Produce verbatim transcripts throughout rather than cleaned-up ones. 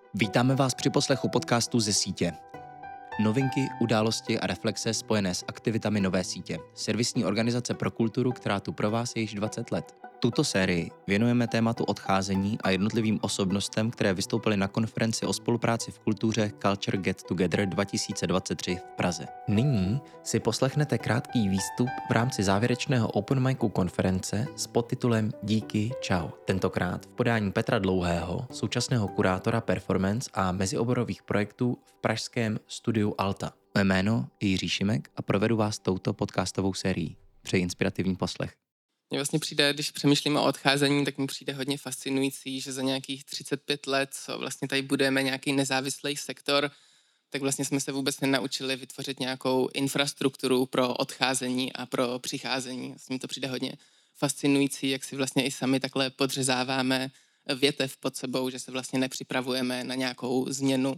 Vítáme vás při poslechu podcastu Ze sítě. Novinky, události a reflexe spojené s aktivitami Nové sítě, servisní organizace pro kulturu, která tu pro vás je již dvacet let. Tuto sérii věnujeme tématu odcházení a jednotlivým osobnostem, které vystoupily na konferenci o spolupráci v kultuře Culture Get Together dva tisíce dvacet tři v Praze. Nyní si poslechnete krátký výstup v rámci závěrečného open micu konference s podtitulem Díky, čau. Tentokrát v podání Petra Dlouhého, současného kurátora performance a mezioborových projektů v pražském studiu Alta. Mé jméno je Jiří Šimek a provedu vás touto podcastovou sérií. Přeji inspirativní poslech. Mně vlastně přijde, když přemýšlím o odcházení, tak mi přijde hodně fascinující, že za nějakých třicet pět let, co vlastně tady budeme nějaký nezávislý sektor, tak vlastně jsme se vůbec nenaučili vytvořit nějakou infrastrukturu pro odcházení a pro přicházení. Vlastně mi to přijde hodně fascinující, jak si vlastně i sami takhle podřezáváme větev pod sebou, že se vlastně nepřipravujeme na nějakou změnu.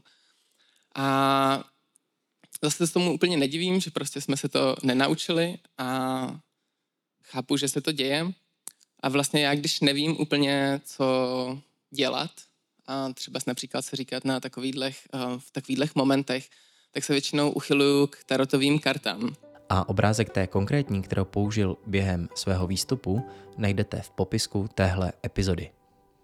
A zase se tomu úplně nedivím, že prostě jsme se to nenaučili a chápu, že se to děje a vlastně já, když nevím úplně, co dělat, a třeba například se říkat na takovýhlech, v takovýhlech momentech, tak se většinou uchyluju k tarotovým kartám. A obrázek té konkrétní, kterou použil během svého výstupu, najdete v popisku téhle epizody.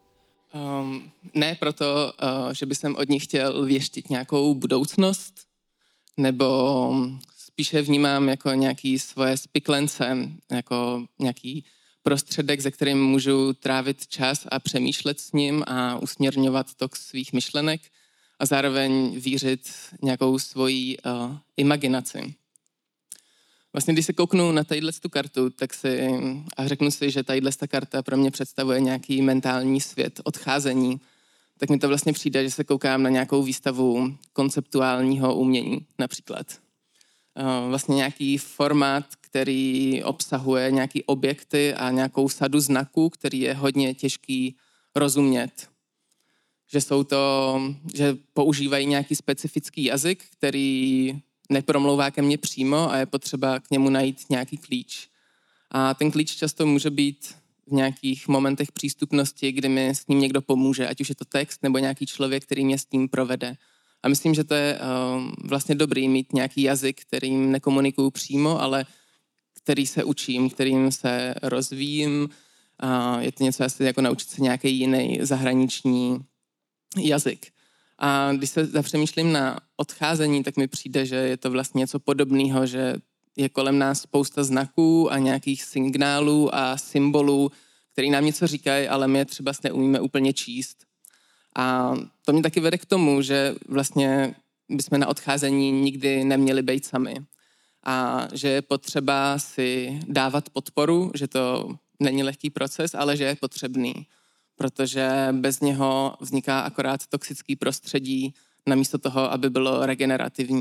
Um, ne proto, uh, že bych od nich chtěl věštit nějakou budoucnost, nebo spíše vnímám jako nějaký svoje spiklence, jako nějaký prostředek, ze kterým můžu trávit čas a přemýšlet s ním a usměrňovat tok svých myšlenek a zároveň vířit nějakou svoji uh, imaginaci. Vlastně, když se kouknu na tadyhle tu kartu, tak si a řeknu si, že tadyhle ta karta pro mě představuje nějaký mentální svět odcházení, tak mi to vlastně přijde, že se koukám na nějakou výstavu konceptuálního umění například. Vlastně nějaký formát, který obsahuje nějaký objekty a nějakou sadu znaků, který je hodně těžký rozumět. Že jsou to, že používají nějaký specifický jazyk, který nepromlouvá ke mně přímo a je potřeba k němu najít nějaký klíč. A ten klíč často může být v nějakých momentech přístupnosti, kdy mi s ním někdo pomůže, ať už je to text nebo nějaký člověk, který mě s tím provede. A myslím, že to je uh, vlastně dobrý mít nějaký jazyk, kterým nekomunikuju přímo, ale který se učím, kterým se rozvíjím. Uh, je to něco asi jako naučit se nějaký jiný zahraniční jazyk. A když se zapřemýšlím na odcházení, tak mi přijde, že je to vlastně něco podobného, že je kolem nás spousta znaků a nějakých signálů a symbolů, který nám něco říkají, ale my je třeba neumíme úplně číst. A to mě taky vede k tomu, že vlastně bychom na odcházení nikdy neměli být sami. A že je potřeba si dávat podporu, že to není lehký proces, ale že je potřebný. Protože bez něho vzniká akorát toxický prostředí, namísto toho, aby bylo regenerativní.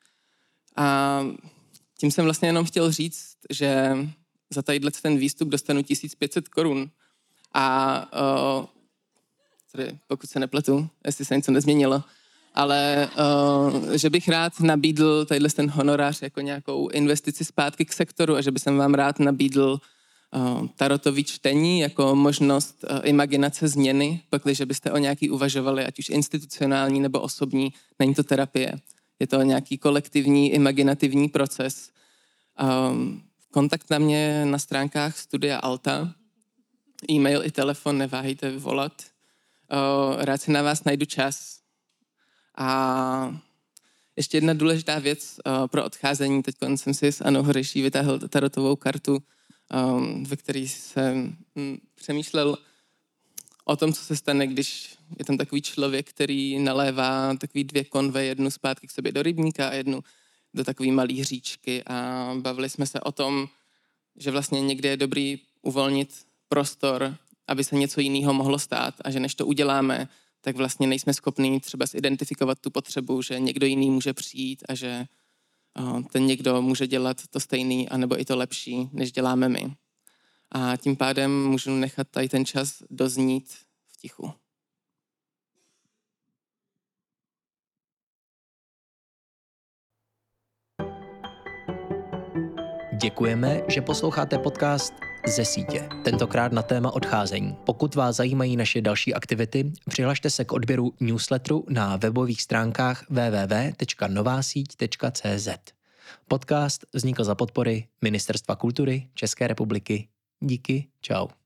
A tím jsem vlastně jenom chtěl říct, že za tadyhle ten výstup dostanu tisíc pět set korun. A uh, tady, pokud se nepletu, jestli se něco nezměnilo, ale uh, že bych rád nabídl tadyhle ten honorář jako nějakou investici zpátky k sektoru a že bych vám rád nabídl uh, tarotový čtení jako možnost uh, imaginace změny, pakliže byste o nějaký uvažovali, ať už institucionální nebo osobní, není to terapie. Je to nějaký kolektivní, imaginativní proces. Um, kontakt na mě na stránkách Studia Alta, e-mail i telefon, neváhejte volat. Uh, rád si na vás najdu čas. A ještě jedna důležitá věc uh, pro odcházení. Teď jsem si s Anou Hořejší vytáhl tarotovou kartu, um, ve které jsem hm, přemýšlel o tom, co se stane, když je tam takový člověk, který nalévá takový dvě konve, jednu zpátky k sobě do rybníka a jednu do takové malé říčky. A bavili jsme se o tom, že vlastně někdy je dobrý uvolnit prostor, aby se něco jiného mohlo stát a že než to uděláme, tak vlastně nejsme schopní třeba zidentifikovat tu potřebu, že někdo jiný může přijít a že ten někdo může dělat to stejný anebo i to lepší, než děláme my. A tím pádem můžu nechat tady ten čas doznít v tichu. Děkujeme, že posloucháte podcast ze sítě. Tentokrát na téma odcházení. Pokud vás zajímají naše další aktivity, přihlašte se k odběru newsletteru na webových stránkách w w w tečka nová síť tečka c z. Podcast vznikl za podpory Ministerstva kultury České republiky. Díky, čau.